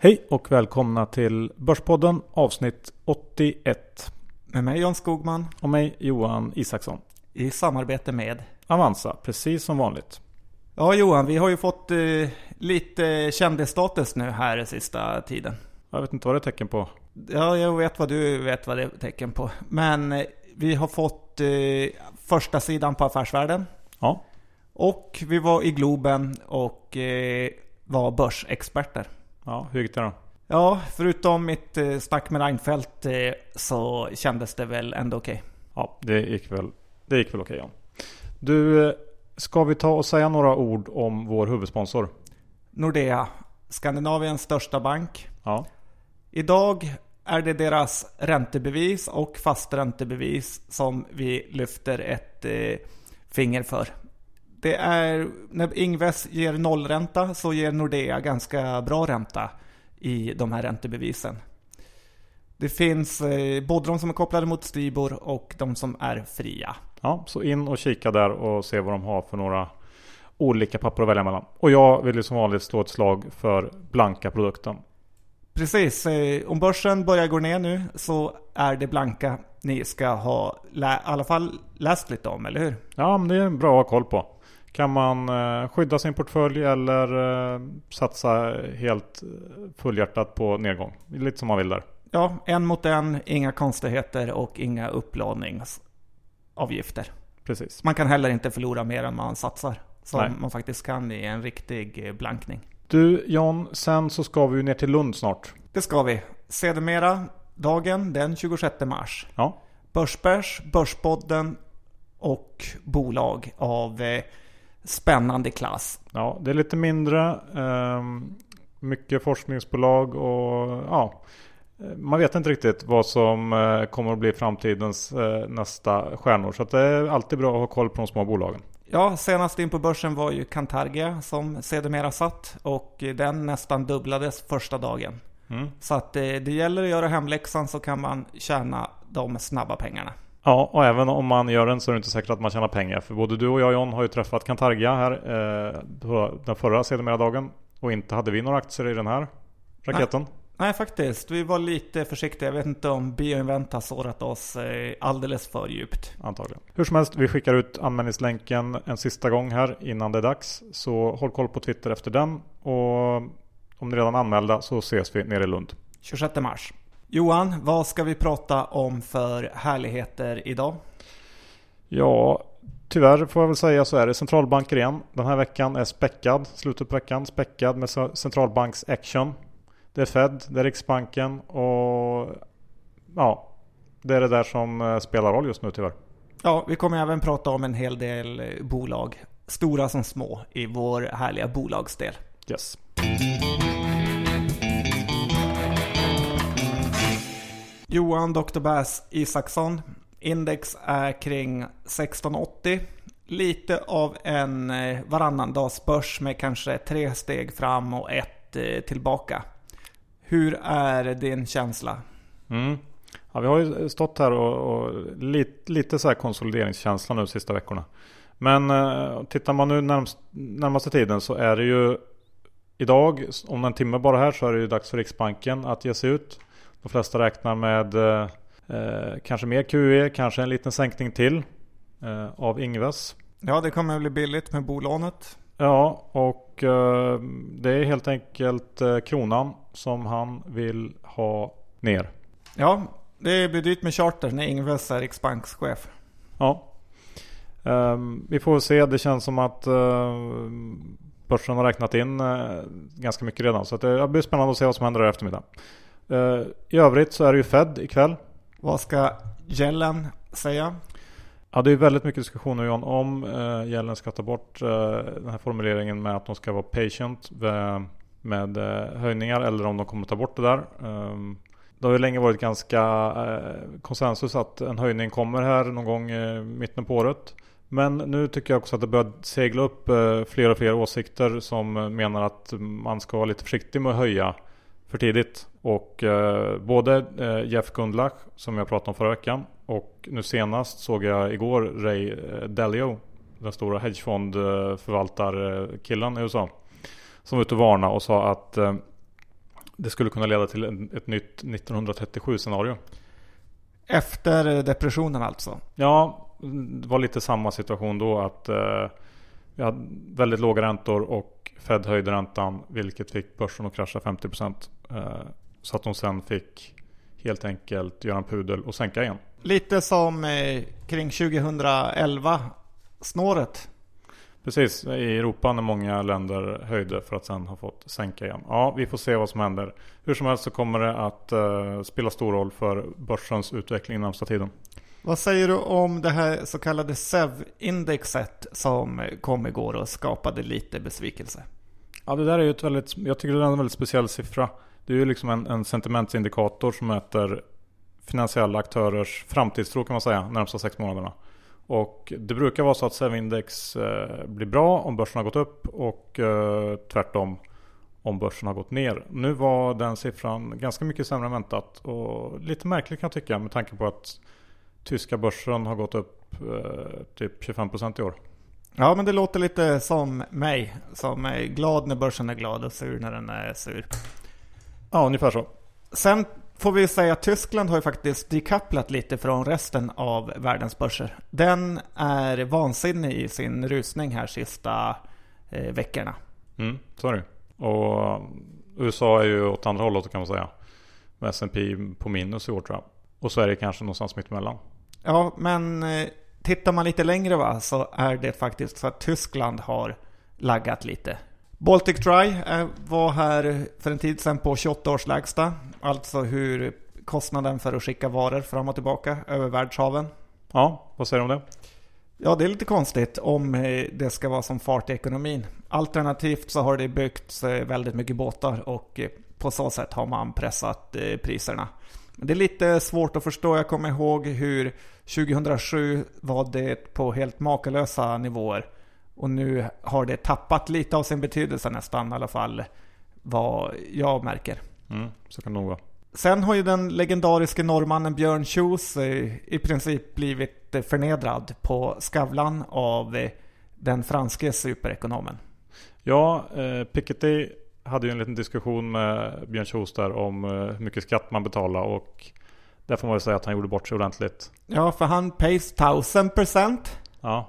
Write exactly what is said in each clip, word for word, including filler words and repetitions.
Hej och välkomna till Börspodden avsnitt åttioett. Med mig Jan Skogman. Och mig Johan Isaksson. I samarbete med Avanza, precis som vanligt. Ja Johan, vi har ju fått eh, lite kändisstatus nu här i sista tiden. Jag vet inte vad det är tecken på. Ja, jag vet vad du vet vad det är tecken på. Men eh, vi har fått eh, första sidan på Affärsvärlden. Ja. Och vi var i Globen och eh, var börsexperter. Ja, hur gick det då? Ja, förutom mitt eh, snack med Reinfeldt eh, så kändes det väl ändå okej. Okay. Ja, det gick väl, det gick väl okej, okay, ja. Du, ska vi ta och säga några ord om vår huvudsponsor? Nordea, Skandinaviens största bank. Ja. Idag är det deras räntebevis och fasträntebevis som vi lyfter ett eh, finger för. Det är, när Ingves ger nollränta så ger Nordea ganska bra ränta i de här räntebevisen. Det finns eh, både de som är kopplade mot Stibor och de som är fria. Ja, så in och kika där och se vad de har för några olika papper att välja mellan. Och jag vill ju som vanligt slå ett slag för blanka produkten. Precis, eh, om börsen börjar gå ner nu så är det blanka ni ska ha lä- i alla fall läst lite om, eller hur? Ja, men det är bra att ha koll på. Kan man eh, skydda sin portfölj eller eh, satsa helt fullhjärtat på nedgång? Lite som man vill där. Ja, en mot en, inga konstigheter och inga upplåningsavgifter. Precis. Man kan heller inte förlora mer än man satsar. Som Nej. Man faktiskt kan i en riktig blankning. Du Jan, sen så ska vi ju ner till Lund snart. Det ska vi. Sedermera dagen den tjugosjätte mars. Ja. Börsbärs, Börspodden och bolag av eh, spännande klass. Ja, det är lite mindre. Eh, mycket forskningsbolag och ja, man vet inte riktigt vad som eh, kommer att bli framtidens eh, nästa stjärnor. Så att det är alltid bra att ha koll på de små bolagen. Ja, senast in på börsen var ju Cantargia som sedermera satt och den nästan dubblades första dagen. Mm. Så att det, det gäller att göra hemläxan så kan man tjäna de snabba pengarna. Ja, och även om man gör den så är det inte säkert att man tjänar pengar. För både du och jag, John, har ju träffat Cantargia här eh, den förra sedermera dagen. Och inte hade vi några aktier i den här raketen. Nej. Nej, faktiskt. Vi var lite försiktiga. Jag vet inte om Bioinvent har sårat oss eh, alldeles för djupt. Antagligen. Hur som helst, vi skickar ut anmälningslänken en sista gång här innan det är dags. Så håll koll på Twitter efter den. Och om ni redan anmälda så ses vi nere i Lund. tjugosjätte mars. Johan, vad ska vi prata om för härligheter idag? Ja, tyvärr får jag väl säga så är det centralbanker igen. Den här veckan är späckad, slutet på veckan, späckad med centralbanks action. Det är Fed, det är Riksbanken och ja, det är det där som spelar roll just nu tyvärr. Ja, vi kommer även prata om en hel del bolag, stora som små, i vår härliga bolagsdel. Yes. Johan doktor Bass Isaksson. Index är kring sexton åttio. Lite av en varannan dags börs med kanske tre steg fram och ett tillbaka. Hur är din känsla? Mm. Ja, vi har ju stått här och, och lite, lite så här konsolideringskänsla nu de sista veckorna. Men eh, tittar man nu närmast, närmaste tiden så är det ju idag, om en timme bara här, så är det ju dags för Riksbanken att ge sig ut. De flesta räknar med eh, kanske mer Q E, kanske en liten sänkning till eh, av Ingves. Ja, det kommer att bli billigt med bolånet. Ja, och eh, det är helt enkelt eh, kronan som han vill ha ner. Ja, det blir dyrt med charter när Ingves är riksbankschef. Ja, um, vi får se. Det känns som att uh, börsen har räknat in uh, ganska mycket redan. Så att det blir spännande att se vad som händer där eftermiddag. Uh, I övrigt så är det ju Fed ikväll. Vad ska Yellen säga? Ja, det är väldigt mycket diskussioner John, om uh, Yellen ska ta bort uh, den här formuleringen med att de ska vara patient med, med uh, höjningar, eller om de kommer ta bort det där. Um, Det har ju länge varit ganska eh, konsensus att en höjning kommer här någon gång i eh, mitten på året. Men nu tycker jag också att det börjar segla upp eh, fler och fler åsikter som menar att man ska vara lite försiktig med att höja för tidigt. Och eh, både eh, Jeff Gundlach, som jag pratade om förra veckan, och nu senast såg jag igår Ray Dalio, den stora hedgefondförvaltarkillen i U S A, som var ute och varna och sa att eh, det skulle kunna leda till en, ett nytt nittonhundratrettiosju-scenario. Efter depressionen alltså? Ja, det var lite samma situation då, att eh, vi hade väldigt låga räntor och Fed höjde räntan, vilket fick börsen att krascha femtio procent. Eh, så att de sen fick helt enkelt göra en pudel och sänka igen. Lite som eh, kring tjugohundraelva snåret. Precis, i Europa när många länder höjde för att sen ha fått sänka igen. Ja, vi får se vad som händer. Hur som helst så kommer det att uh, spela stor roll för börsens utveckling närmsta tiden. Vad säger du om det här så kallade S E V-indexet som kom igår och skapade lite besvikelse? Ja, det där är ju ett väldigt, jag tycker det är en väldigt speciell siffra. Det är ju liksom en, en sentimentsindikator som mäter finansiella aktörers framtidstro, kan man säga, närmsta sex månaderna. Och det brukar vara så att S E V-index eh, blir bra om börsen har gått upp och eh, tvärtom om börsen har gått ner. Nu var den siffran ganska mycket sämre än väntat och lite märkligt kan jag tycka, med tanke på att tyska börsen har gått upp eh, typ tjugofem procent i år. Ja, men det låter lite som mig, som är glad när börsen är glad och sur när den är sur. Ja, ungefär så. Sen får vi säga att Tyskland har ju faktiskt dekapplat lite från resten av världens börser. Den är vansinnig i sin rusning här sista eh, veckorna. Mm, så är det. Och U S A är ju åt andra hållet, kan man säga. Med S and P på minus i år, tror jag. Och så är det kanske någonstans mitt emellan. Ja, men eh, tittar man lite längre, va, så är det faktiskt så att Tyskland har laggat lite. Baltic Dry var här för en tid sedan på tjugoåtta års lägsta. Alltså hur kostnaden för att skicka varor fram och tillbaka över världshaven. Ja, vad säger du om det? Ja, det är lite konstigt om det ska vara som fart i ekonomin. Alternativt så har det byggts väldigt mycket båtar och på så sätt har man pressat priserna. Men det är lite svårt att förstå. Jag kommer ihåg hur tjugohundrasju var det på helt makalösa nivåer. Och nu har det tappat lite av sin betydelse nästan, i alla fall vad jag märker. Mm, så kan det nog vara. Sen har ju den legendariska norrmannen Björn Kjos i princip blivit förnedrad på Skavlan av den franske superekonomen. Ja, eh, Piketty hade ju en liten diskussion med Björn Kjos där om eh, hur mycket skatt man betalar, och där får man ju säga att han gjorde bort sig ordentligt. Ja, för han pays tusen procent. Ja.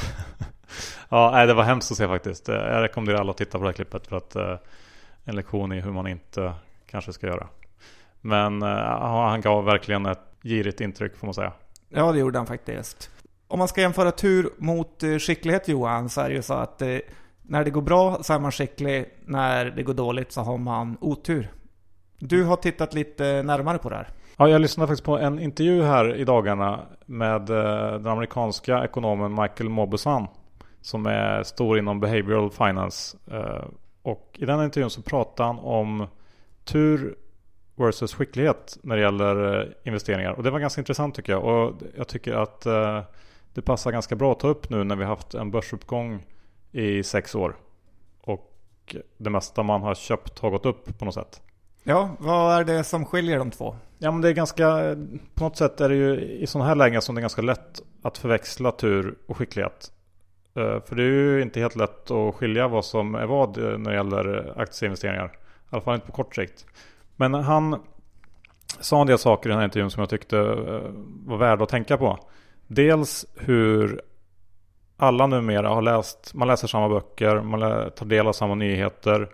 Ja, nej, det var hemskt att se faktiskt. Jag rekommenderar alla att titta på det här klippet, för att eh, en lektion i hur man inte kanske ska göra. Men eh, han gav verkligen ett girigt intryck, får man säga. Ja, det gjorde han faktiskt. Om man ska jämföra tur mot eh, skicklighet, Johan, så är det ju så att eh, när det går bra så är man skicklig, när det går dåligt så har man otur. Du har tittat lite närmare på det här. Ja, jag lyssnade faktiskt på en intervju här i dagarna med eh, den amerikanska ekonomen Michael Mauboussin, som är stor inom behavioral finance. Eh, och i den intervjun så pratar han om tur versus skicklighet när det gäller eh, investeringar. Och det var ganska intressant, tycker jag. Och jag tycker att eh, det passar ganska bra att ta upp nu när vi har haft en börsuppgång i sex år. Och det mesta man har köpt har gått upp på något sätt. Ja, vad är det som skiljer de två? Ja, men det är ganska, på något sätt är det ju i sådana här lägen som det är ganska lätt att förväxla tur och skicklighet. Uh, för det är ju inte helt lätt att skilja vad som är vad när det gäller aktieinvesteringar. I alla fall inte på kort sikt. Men han sa en del saker i den här intervjun som jag tyckte uh, var värda att tänka på. Dels hur alla numera har läst, man läser samma böcker, man lä- tar del av samma nyheter.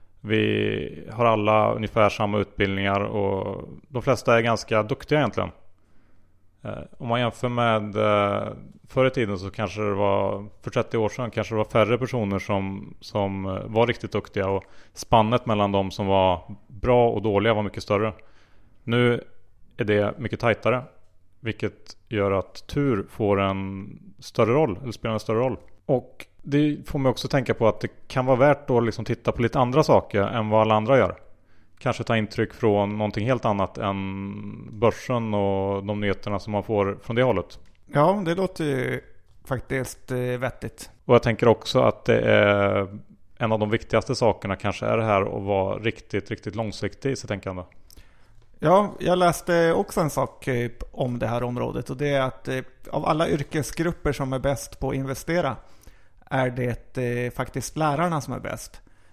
Vi har alla ungefär samma utbildningar och de flesta är ganska duktiga egentligen. Eh, om man jämför med eh, förr i tiden så kanske det var, för trettio år sedan kanske det var färre personer som, som var riktigt duktiga, och spannet mellan de som var bra och dåliga var mycket större. Nu är det mycket tajtare, vilket gör att tur får en större roll, eller spelar en större roll. Och det får man också tänka på att det kan vara värt att liksom titta på lite andra saker än vad alla andra gör. Kanske ta intryck från någonting helt annat än börsen och de nyheterna som man får från det hållet. Ja, det låter ju faktiskt eh, vettigt. Och jag tänker också att det är en av de viktigaste sakerna kanske är det här att vara riktigt, riktigt långsiktig i sitt tänkande. Ja, jag läste också en sak om det här området, och det är att eh, av alla yrkesgrupper som är bäst på att investera är det eh, faktiskt lärarna som är bäst.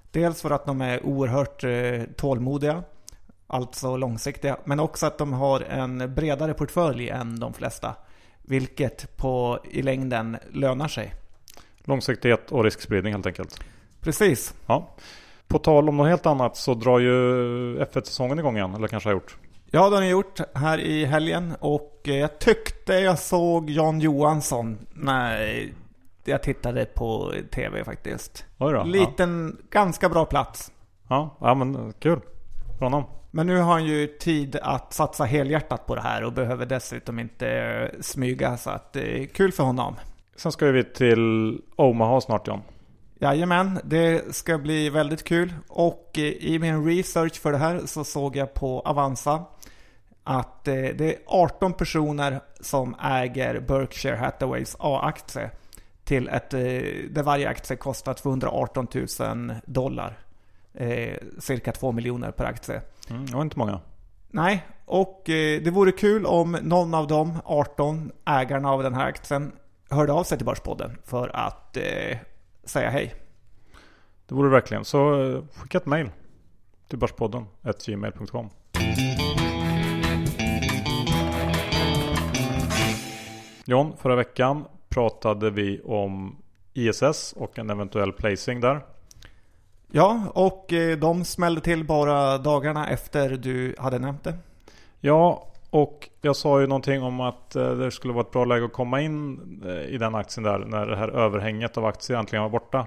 Dels för att de är oerhört eh, tålmodiga, alltså långsiktiga, men också att de har en bredare portfölj än de flesta, vilket på i längden lönar sig. Långsiktighet och riskspridning helt enkelt. Precis. Ja. På tal om något helt annat så drar ju F ett-säsongen igång igen, eller kanske har gjort. Ja, det har ni gjort här i helgen, och jag tyckte jag såg Jan Johansson när jag tittade på tv faktiskt. Oj då, Liten, ja. Ganska bra plats. Ja, ja men kul. För honom. Men nu har han ju tid att satsa helhjärtat på det här och behöver dessutom inte smyga, så att det är kul för honom. Sen ska vi till Omaha snart, John. Jajamän, det ska bli väldigt kul. Och i min research för det här så såg jag på Avanza att det är arton personer som äger Berkshire Hathaways A-aktie till ett, där varje aktie kostar tvåhundraarton tusen dollar. Eh, cirka två miljoner per aktie. Mm, det var inte många. Nej, och eh, det vore kul om någon av de arton ägarna av den här aktien hörde av sig till Börspodden för att eh, säga hej. Det vore verkligen. Så eh, skicka ett mejl till börspodden at gmail punkt com. John, förra veckan pratade vi om I S S och en eventuell placing där. Ja, och de smällde till bara dagarna efter du hade nämnt det. Ja, och jag sa ju någonting om att det skulle vara ett bra läge att komma in i den aktien där när det här överhänget av aktier äntligen var borta.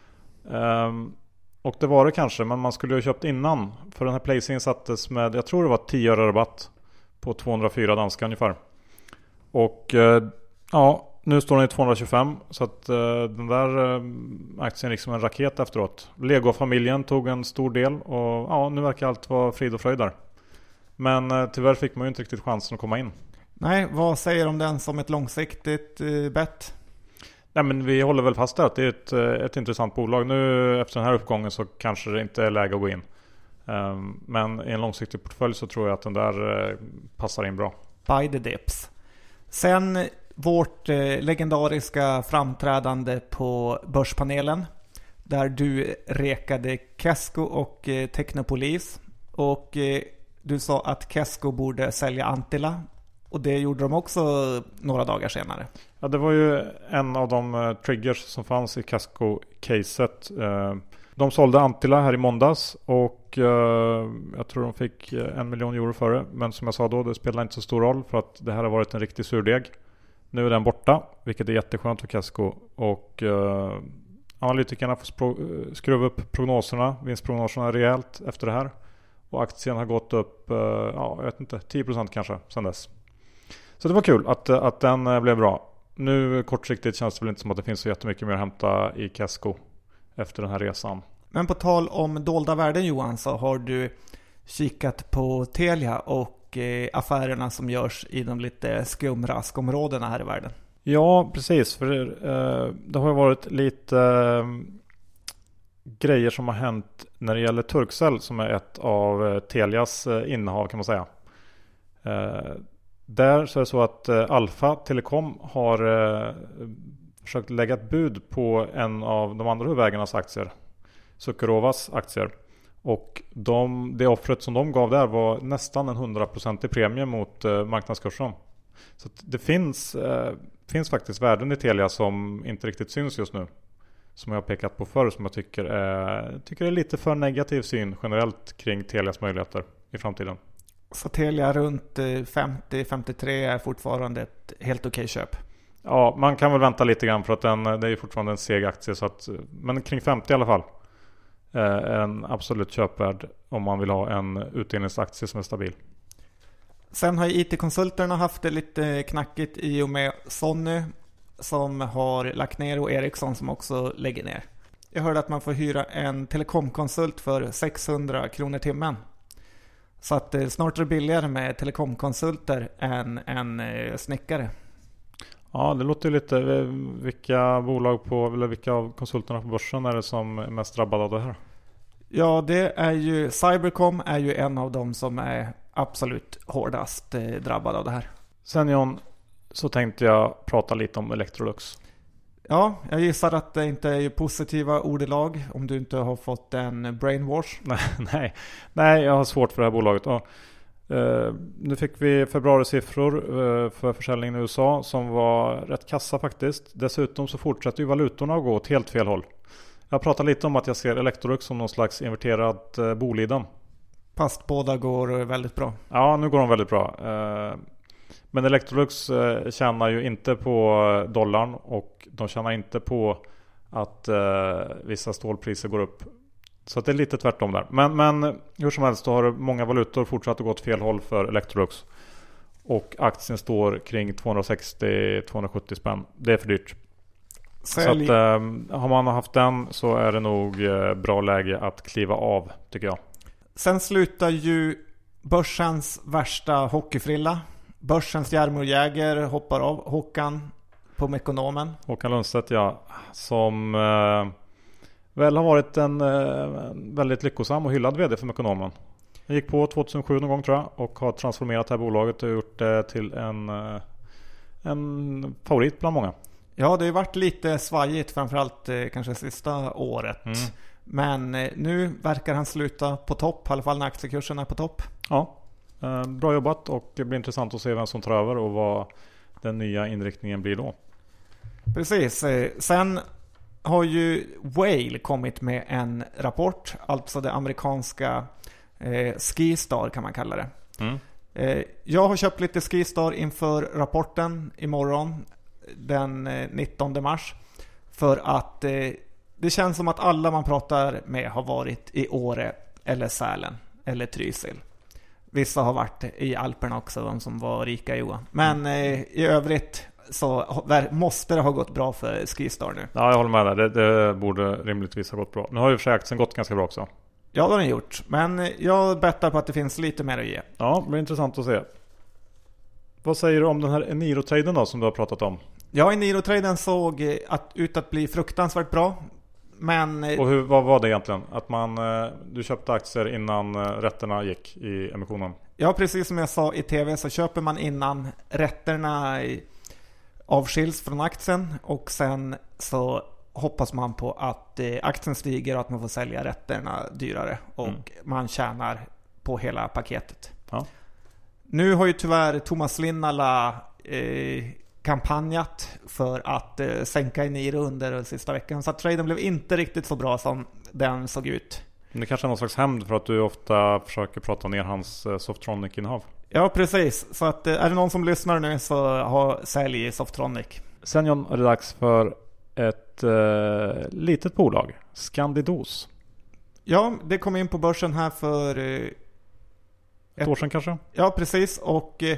Um, och det var det kanske, men man skulle ju ha köpt innan. För den här placingen sattes med, jag tror det var tio öre rabatt på tvåhundrafyra danska ungefär. Och uh, ja, nu står den i tvåhundratjugofem, så att uh, den där uh, aktien är liksom en raket efteråt. Lego-familjen tog en stor del och ja, nu verkar allt vara frid och fröjd där. Men uh, tyvärr fick man ju inte riktigt chansen att komma in. Nej, vad säger om den som ett långsiktigt uh, bett? Nej, men vi håller väl fast där att det är ett, ett intressant bolag. Nu efter den här uppgången så kanske det inte är läge att gå in. Um, men i en långsiktig portfölj så tror jag att den där uh, passar in bra. Buy the dips. Sen vårt eh, legendariska framträdande på Börspanelen, där du rekade Kesko och eh, Technopolis, och eh, du sa att Kesko borde sälja Antila, och det gjorde de också några dagar senare. Ja, det var ju en av de uh, triggers som fanns i Kesko-caset. Uh, de sålde Antila här i måndags och uh, jag tror de fick en miljon euro för det. Men som jag sa då, det spelar inte så stor roll för att det här har varit en riktig surdeg. Nu är den borta, vilket är jätteskönt för Kesko. Och uh, analytikerna får spro- skruva upp prognoserna, vinstprognoserna rejält efter det här. Och aktien har gått upp, uh, ja, jag vet inte, tio procent kanske sedan dess. Så det var kul att, att den blev bra. Nu kortsiktigt känns det väl inte som att det finns så jättemycket mer att hämta i Kesko efter den här resan. Men på tal om dolda värden, Johan, så har du kikat på Telia och eh, affärerna som görs i de lite skumraskområdena här i världen. Ja, precis. För eh, det har ju varit lite eh, grejer som har hänt när det gäller Turkcell, som är ett av eh, Telias eh, innehav kan man säga. Eh, Där så är det så att eh, Alfa Telecom har eh, försökt lägga ett bud på en av de andra huvudägarnas aktier, Zuckerovas aktier. Och de, det offret som de gav där var nästan en hundra procent i premie mot eh, marknadskursen. Så att det finns, eh, finns faktiskt värden i Telia som inte riktigt syns just nu. Som jag har pekat på förr, som jag tycker är, tycker är lite för negativ syn generellt kring Telias möjligheter i framtiden. Så Telia runt femtio till femtiotre är fortfarande ett helt okej köp. Ja, man kan väl vänta lite grann för att den, det är fortfarande en seg aktie. Så att, men kring femtio i alla fall är en absolut köpvärd om man vill ha en utdelningsaktie som är stabil. Sen har I T-konsulterna haft det lite knackigt i och med Sony som har lagt ner och Ericsson som också lägger ner. Jag hörde att man får hyra en telekomkonsult för sexhundra kronor timmen. Så att eh, snart är det billigare med telekomkonsulter än en eh, snickare. Ja, det låter ju lite. Vilka bolag på, eller vilka av konsulterna på börsen är det som är mest drabbade av det här? Ja, det är ju Cybercom är ju en av dem som är absolut hårdast eh, drabbad av det här. Sen John, så tänkte jag prata lite om Electrolux. Ja, jag gissar att det inte är positiva ordelag om du inte har fått en brainwash. Nej, nej, nej jag har svårt för det här bolaget. Och, eh, nu fick vi februarisiffror eh, för försäljningen i U S A som var rätt kassa faktiskt. Dessutom så fortsätter ju valutorna att gå åt helt fel håll. Jag pratar lite om att jag ser Electrolux som någon slags inverterad eh, Boliden. Fast båda går väldigt bra. Ja, nu går de väldigt bra. Eh, men Electrolux eh, tjänar ju inte på dollarn och de tjänar inte på att eh, vissa stålpriser går upp. Så att det är lite tvärtom där. Men, men hur som helst, då har många valutor fortsatt att gå åt fel håll för Electrolux. Och aktien står kring tvåhundrasextio till tvåhundrasjuttio spänn. Det är för dyrt. Sälj. Så att, eh, har man haft den så är det nog eh, bra läge att kliva av, tycker jag. Sen slutar ju börsens värsta hockeyfrilla. Börsens Jarmo Jäger hoppar av. Håkan på Mekonomen. Håkan Lundstedt, ja. Som eh, väl har varit en eh, väldigt lyckosam och hyllad vd för Mekonomen. Jag gick på tjugohundrasju någon gång tror jag och har transformerat det här bolaget och gjort det till en, eh, en favorit bland många. Ja, det har varit lite svajigt framförallt eh, kanske sista året. Mm. Men eh, nu verkar han sluta på topp, i alla fall när aktiekursen är på topp. Ja, eh, bra jobbat och det blir intressant att se vem som tar över och vad den nya inriktningen blir då. Precis, eh, sen har ju Whale kommit med en rapport, alltså det amerikanska eh, Skistar kan man kalla det. Mm. Eh, jag har köpt lite Skistar inför rapporten imorgon den nittonde mars för att eh, det känns som att alla man pratar med har varit i Åre eller Sälen eller Trysil. Vissa har varit i Alperna också, de som var rika Johan. Men eh, i övrigt så måste det ha gått bra för Skistar nu. Ja, jag håller med där. Det, det borde rimligtvis ha gått bra. Nu har ju för sig aktien gått ganska bra också. Ja, det har den gjort. Men jag bettar på att det finns lite mer att ge. Ja, det blir intressant att se. Vad säger du om den här Eniro-traden då som du har pratat om? Ja, Eniro-traden såg att, ut att bli fruktansvärt bra. Men... Och hur, vad var det egentligen? Att man, du köpte aktier innan rätterna gick i emissionen? Ja, precis som jag sa i tv så köper man innan rätterna avskiljs från aktien. Och sen så hoppas man på att aktien stiger och att man får sälja rätterna dyrare. Och mm. man tjänar på hela paketet. Ja. Nu har ju tyvärr Thomas Linnala eh, kampanjat för att eh, sänka Eniro under den sista veckan. Så att traden blev inte riktigt så bra som den såg ut. Men det kanske är någon slags hämnd för att du ofta försöker prata ner hans eh, Softronic-innehav. Ja, precis. Så att, eh, är det någon som lyssnar nu så har sälj i Softronic. Sen John, är det dags för ett eh, litet bolag. Scandidos. Ja, det kom in på börsen här för... Eh, Ett år sedan kanske? Ja, precis. Och eh,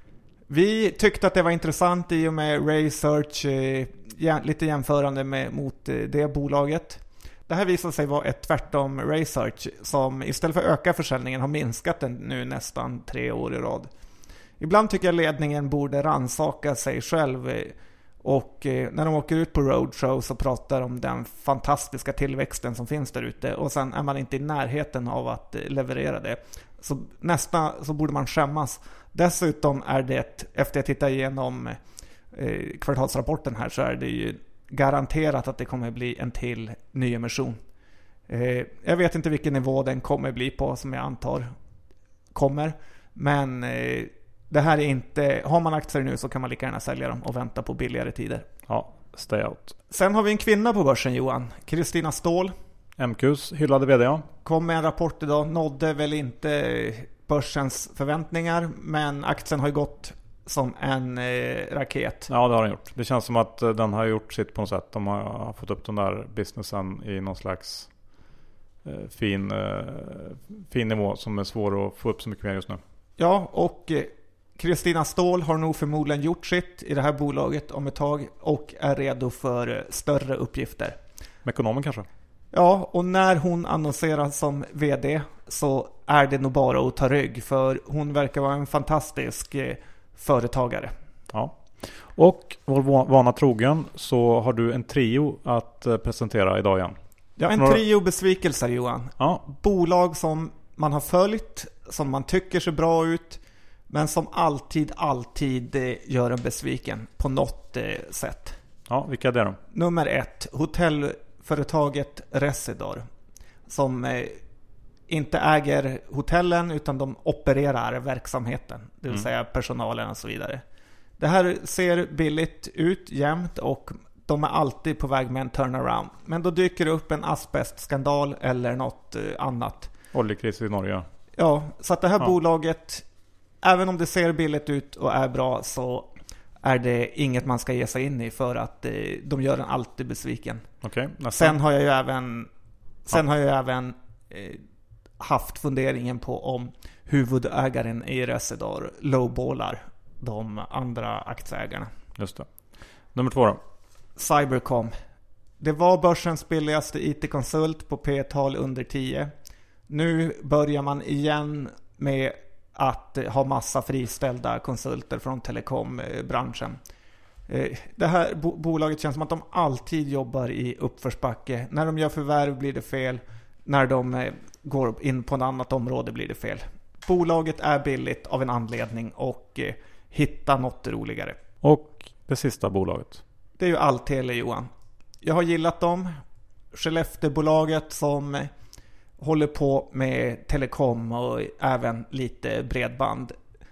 vi tyckte att det var intressant i och med Research, eh, ja, lite jämförande med, mot eh, det bolaget. Det här visar sig vara ett tvärtom Research som istället för att öka försäljningen har minskat den nu nästan tre år i rad. Ibland tycker jag ledningen borde ransaka sig själv eh, och eh, när de åker ut på roadshow så pratar de om den fantastiska tillväxten som finns där ute och sen är man inte i närheten av att eh, leverera det. Så nästa så borde man skämmas. Dessutom är det, efter att titta igenom eh, kvartalsrapporten här så är det ju garanterat att det kommer bli en till nyemission. Eh, jag vet inte vilken nivå den kommer bli på som jag antar kommer. Men eh, det här är inte, har man aktier nu så kan man lika gärna sälja dem och vänta på billigare tider. Ja, stay out. Sen har vi en kvinna på börsen Johan, Kristina Ståhl. M Qs hyllade vd, ja. Kom med en rapport idag, nådde väl inte börsens förväntningar, men aktien har ju gått som en eh, raket. Ja, det har den gjort. Det känns som att den har gjort sitt på något sätt. De har fått upp den där businessen i någon slags eh, fin, eh, fin nivå som är svår att få upp så mycket mer just nu. Ja, och Kristina eh, Ståhl har nog förmodligen gjort sitt i det här bolaget om ett tag och är redo för eh, större uppgifter. Mekonomen kanske? Ja, och när hon annonseras som vd så är det nog bara att ta rygg för hon verkar vara en fantastisk eh, företagare. Ja. Och vår vana trogen så har du en trio att eh, presentera idag igen. Ja, en Några... trio besvikelser Johan. Ja. Bolag som man har följt, som man tycker ser bra ut men som alltid, alltid eh, gör en besviken på något eh, sätt. Ja, vilka är det då? Nummer ett, hotellföretaget Residor. Som eh, inte äger hotellen utan de opererar verksamheten. Det vill mm. säga personalen och så vidare. Det här ser billigt ut jämt och de är alltid på väg med en turnaround. Men då dyker det upp en asbestskandal eller något annat. Oljekris i Norge. Ja, så att det här ja. bolaget, även om det ser billigt ut och är bra, så är det inget man ska ge sig in i för att de gör en alltid besviken. Okay, sen har jag ju även, sen ja. har jag även eh, haft funderingen på om huvudägaren i Residor lowballar de andra aktieägarna. Just det. Nummer två då. Cybercom. Det var börsens billigaste I T-konsult på P-tal under tio. Nu börjar man igen med att ha massa friställda konsulter från telekombranschen. Det här bolaget känns som att de alltid jobbar i uppförsbacke. När de gör förvärv blir det fel. När de går in på ett annat område blir det fel. Bolaget är billigt av en anledning och hitta något roligare. Och det sista bolaget. Det är ju Altele, Johan. Jag har gillat dem. Skellefteåbolaget som håller på med telekom och även lite bredband.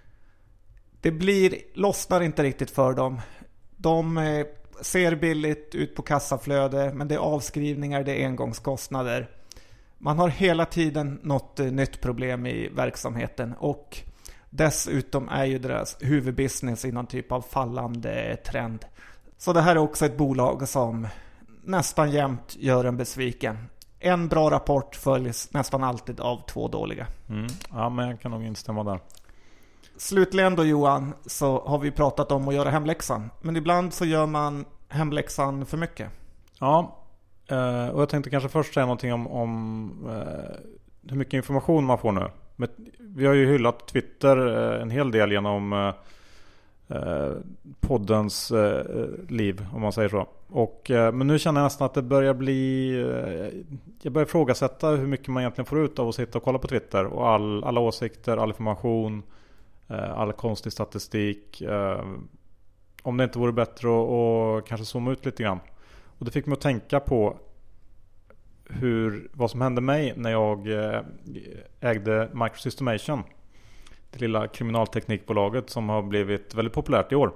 Det blir, lossnar inte riktigt för dem. De ser billigt ut på kassaflöde, men det är avskrivningar, det är engångskostnader. Man har hela tiden något nytt problem i verksamheten och dessutom är ju deras huvudbusiness i någon typ av fallande trend. Så det här är också ett bolag som nästan jämt gör en besviken. En bra rapport följs nästan alltid av två dåliga. Mm. Ja, men jag kan nog instämma där. Slutligen då, Johan, så har vi pratat om att göra hemläxan. Men ibland så gör man hemläxan för mycket. Ja, och jag tänkte kanske först säga någonting om, om hur mycket information man får nu. Men vi har ju hyllat Twitter en hel del genom poddens liv, om man säger så. Och, men nu känner jag nästan att det börjar bli, jag börjar ifrågasätta hur mycket man egentligen får ut av att sitta och kolla på Twitter och all, alla åsikter, all information, all konstig statistik. Om det inte vore bättre att och kanske zooma ut lite grann. Och det fick mig att tänka på hur, vad som hände mig när jag ägde Microsystemation, det lilla kriminalteknikbolaget som har blivit väldigt populärt i år.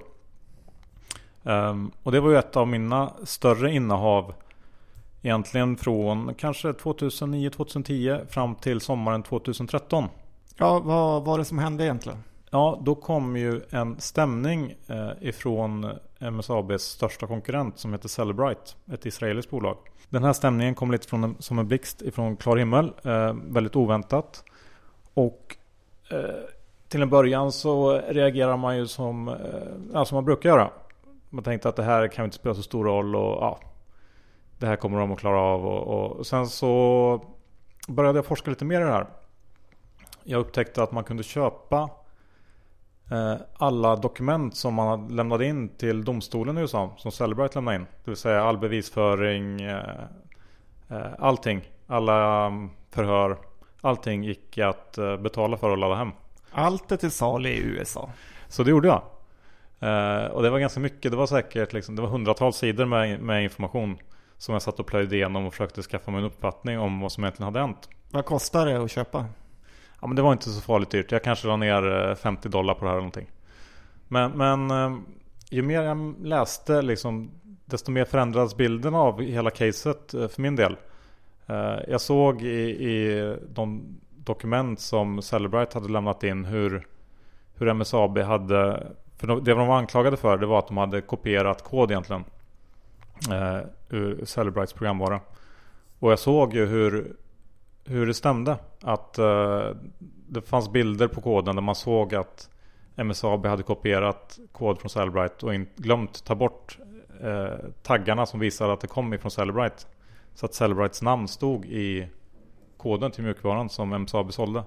Um, och det var ju ett av mina större innehav egentligen från kanske tjugohundranio tjugohundratio fram till sommaren tjugotretton. Ja, vad var det som hände egentligen? Ja, då kom ju en stämning eh, ifrån M S A B:s största konkurrent som heter Cellebrite, ett israeliskt bolag. Den här stämningen kom lite från en, som en blixt ifrån klar himmel, eh, väldigt oväntat. Och eh, till en början så reagerar man ju som, eh, ja, som man brukar göra. Man tänkte att det här kan inte spela så stor roll och ja, det här kommer de att klara av. Och, och sen så började jag forska lite mer i det här. Jag upptäckte att man kunde köpa eh, alla dokument som man lämnade in till domstolen i U S A, som Cellebrite lämnade in. Det vill säga all bevisföring, eh, eh, allting, alla um, förhör, allting gick att eh, betala för att ladda hem. Allt är till salu i U S A. Så det gjorde jag. Uh, och det var ganska mycket. Det var säkert liksom, det var hundratals sidor med, med information som jag satt och plöjde igenom och försökte skaffa mig en uppfattning om vad som egentligen hade hänt. Vad kostar det att köpa? Ja, men det var inte så farligt dyrt. Jag kanske la ner femtio dollar på det här eller någonting. Men, men uh, ju mer jag läste liksom, desto mer förändrades bilden av hela caset uh, för min del. Uh, jag såg i, i de dokument som Cellebrite hade lämnat in hur, hur M S A B hade... För det de var anklagade för, det var att de hade kopierat kod egentligen eh, ur Cellebrites programvara. Och jag såg ju hur, hur det stämde. Att eh, det fanns bilder på koden där man såg att M S A B hade kopierat kod från Cellebrite och in, glömt ta bort eh, taggarna som visade att det kom ifrån Cellebrite. Så att Cellebrites namn stod i koden till mjukvaran som M S A B sålde.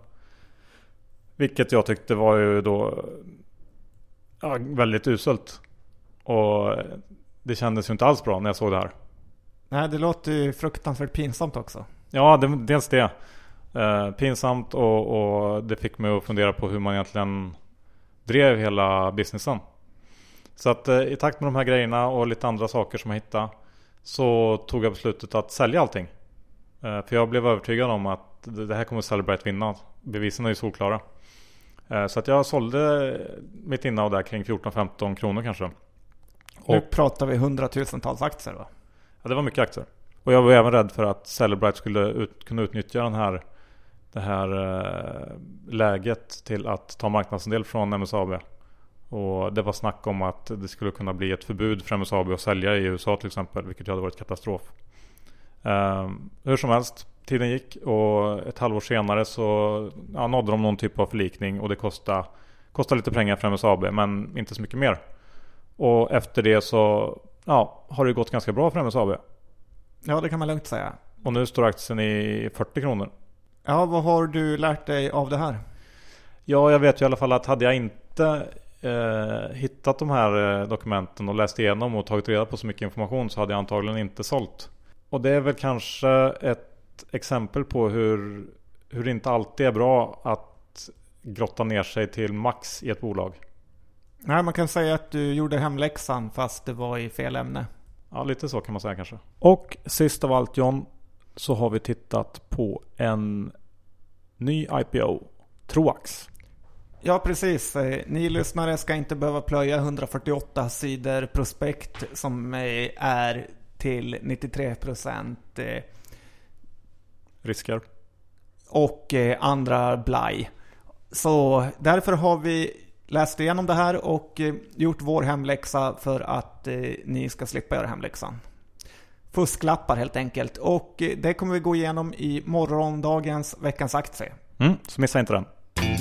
Vilket jag tyckte var ju då... Ja, väldigt uselt. Och det kändes ju inte alls bra när jag såg det här. Nej, det låter ju fruktansvärt pinsamt också. Ja, det, dels det. Eh, pinsamt och, och det fick mig att fundera på hur man egentligen drev hela businessen. Så att eh, i takt med de här grejerna och lite andra saker som jag hittade så tog jag beslutet att sälja allting. Eh, för jag blev övertygad om att det här kommer Celebrite vinna. Bevisen är ju solklara. Eh, så att jag sålde mitt innehav där kring fjorton femton kronor kanske. Och nu pratar vi hundratusentals aktier va? Ja, det var mycket aktier. Och jag var även rädd för att Celebrite skulle ut, kunna utnyttja den här, det här eh, läget till att ta marknadsandel från M S A B. Och det var snack om att det skulle kunna bli ett förbud för M S A B att sälja i U S A till exempel, vilket hade varit katastrof. Eh, hur som helst, tiden gick och ett halvår senare så ja, nådde de någon typ av förlikning och det kostade, kostade lite pengar för M S A B men inte så mycket mer. Och efter det så ja, har det gått ganska bra för M S A B. Ja, det kan man lugnt säga. Och nu står aktien i fyrtio kronor. Ja, vad har du lärt dig av det här? Ja, jag vet ju i alla fall att hade jag inte eh, hittat de här eh, dokumenten och läst igenom och tagit reda på så mycket information så hade jag antagligen inte sålt. Och det är väl kanske ett exempel på hur, hur det inte alltid är bra att grotta ner sig till max i ett bolag. Nej, man kan säga att du gjorde hemläxan fast det var i fel ämne. Ja, lite så kan man säga kanske. Och sist av allt John, så har vi tittat på en ny I P O, Troax. Ja, precis. Ni lyssnare ska inte behöva plöja hundrafyrtioåtta sidor prospekt som är till nittiotre procent risker och andra blaj. Så därför har vi läst igenom det här och gjort vår hemläxa för att ni ska slippa göra hemläxan. Fusklappar helt enkelt. Och det kommer vi gå igenom i morgondagens veckans aktie. Mm, så missa inte den.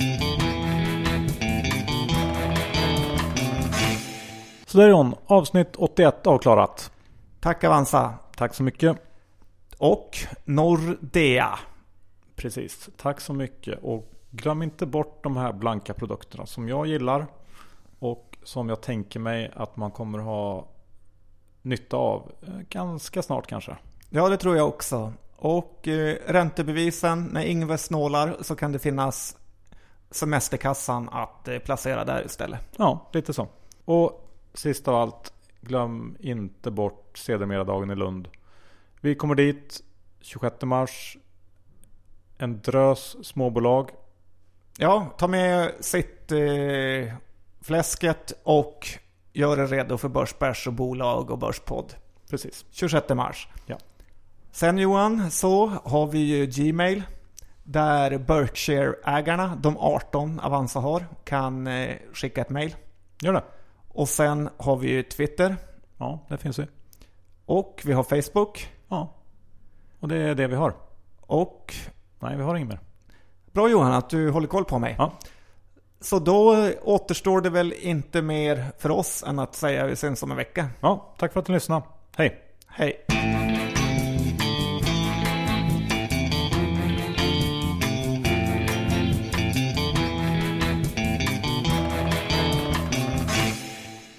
Så där är hon. Avsnitt åttioett avklarat. Tack Avanza. Tack så mycket. Och Nordea. Precis. Tack så mycket. Och glöm inte bort de här blanka produkterna som jag gillar. Och som jag tänker mig att man kommer ha nytta av ganska snart kanske. Ja, det tror jag också. Och eh, räntebevisen, när Ingves snålar så kan det finnas semesterkassan att eh, placera där istället. Ja, lite så. Och sist av allt, glöm inte bort sedermera dagen i Lund. Vi kommer dit tjugosjätte mars. En drös småbolag. Ja, ta med sitt eh, fläsket och gör det redo för börsbärs och bolag och börspodd. Precis. tjugosjätte mars. Ja. Sen Johan, så har vi ju Gmail där Berkshire-ägarna, de arton Avanza har, kan eh, skicka ett mail. Gör det. Och sen har vi ju Twitter. Ja, det finns ju. Och vi har Facebook. Ja. Och det är det vi har. Och nej, vi har inget mer. Bra Johan att du håller koll på mig. Ja. Så då återstår det väl inte mer för oss än att säga vi syns om en vecka. Ja, tack för att du lyssnade. Hej. Hej.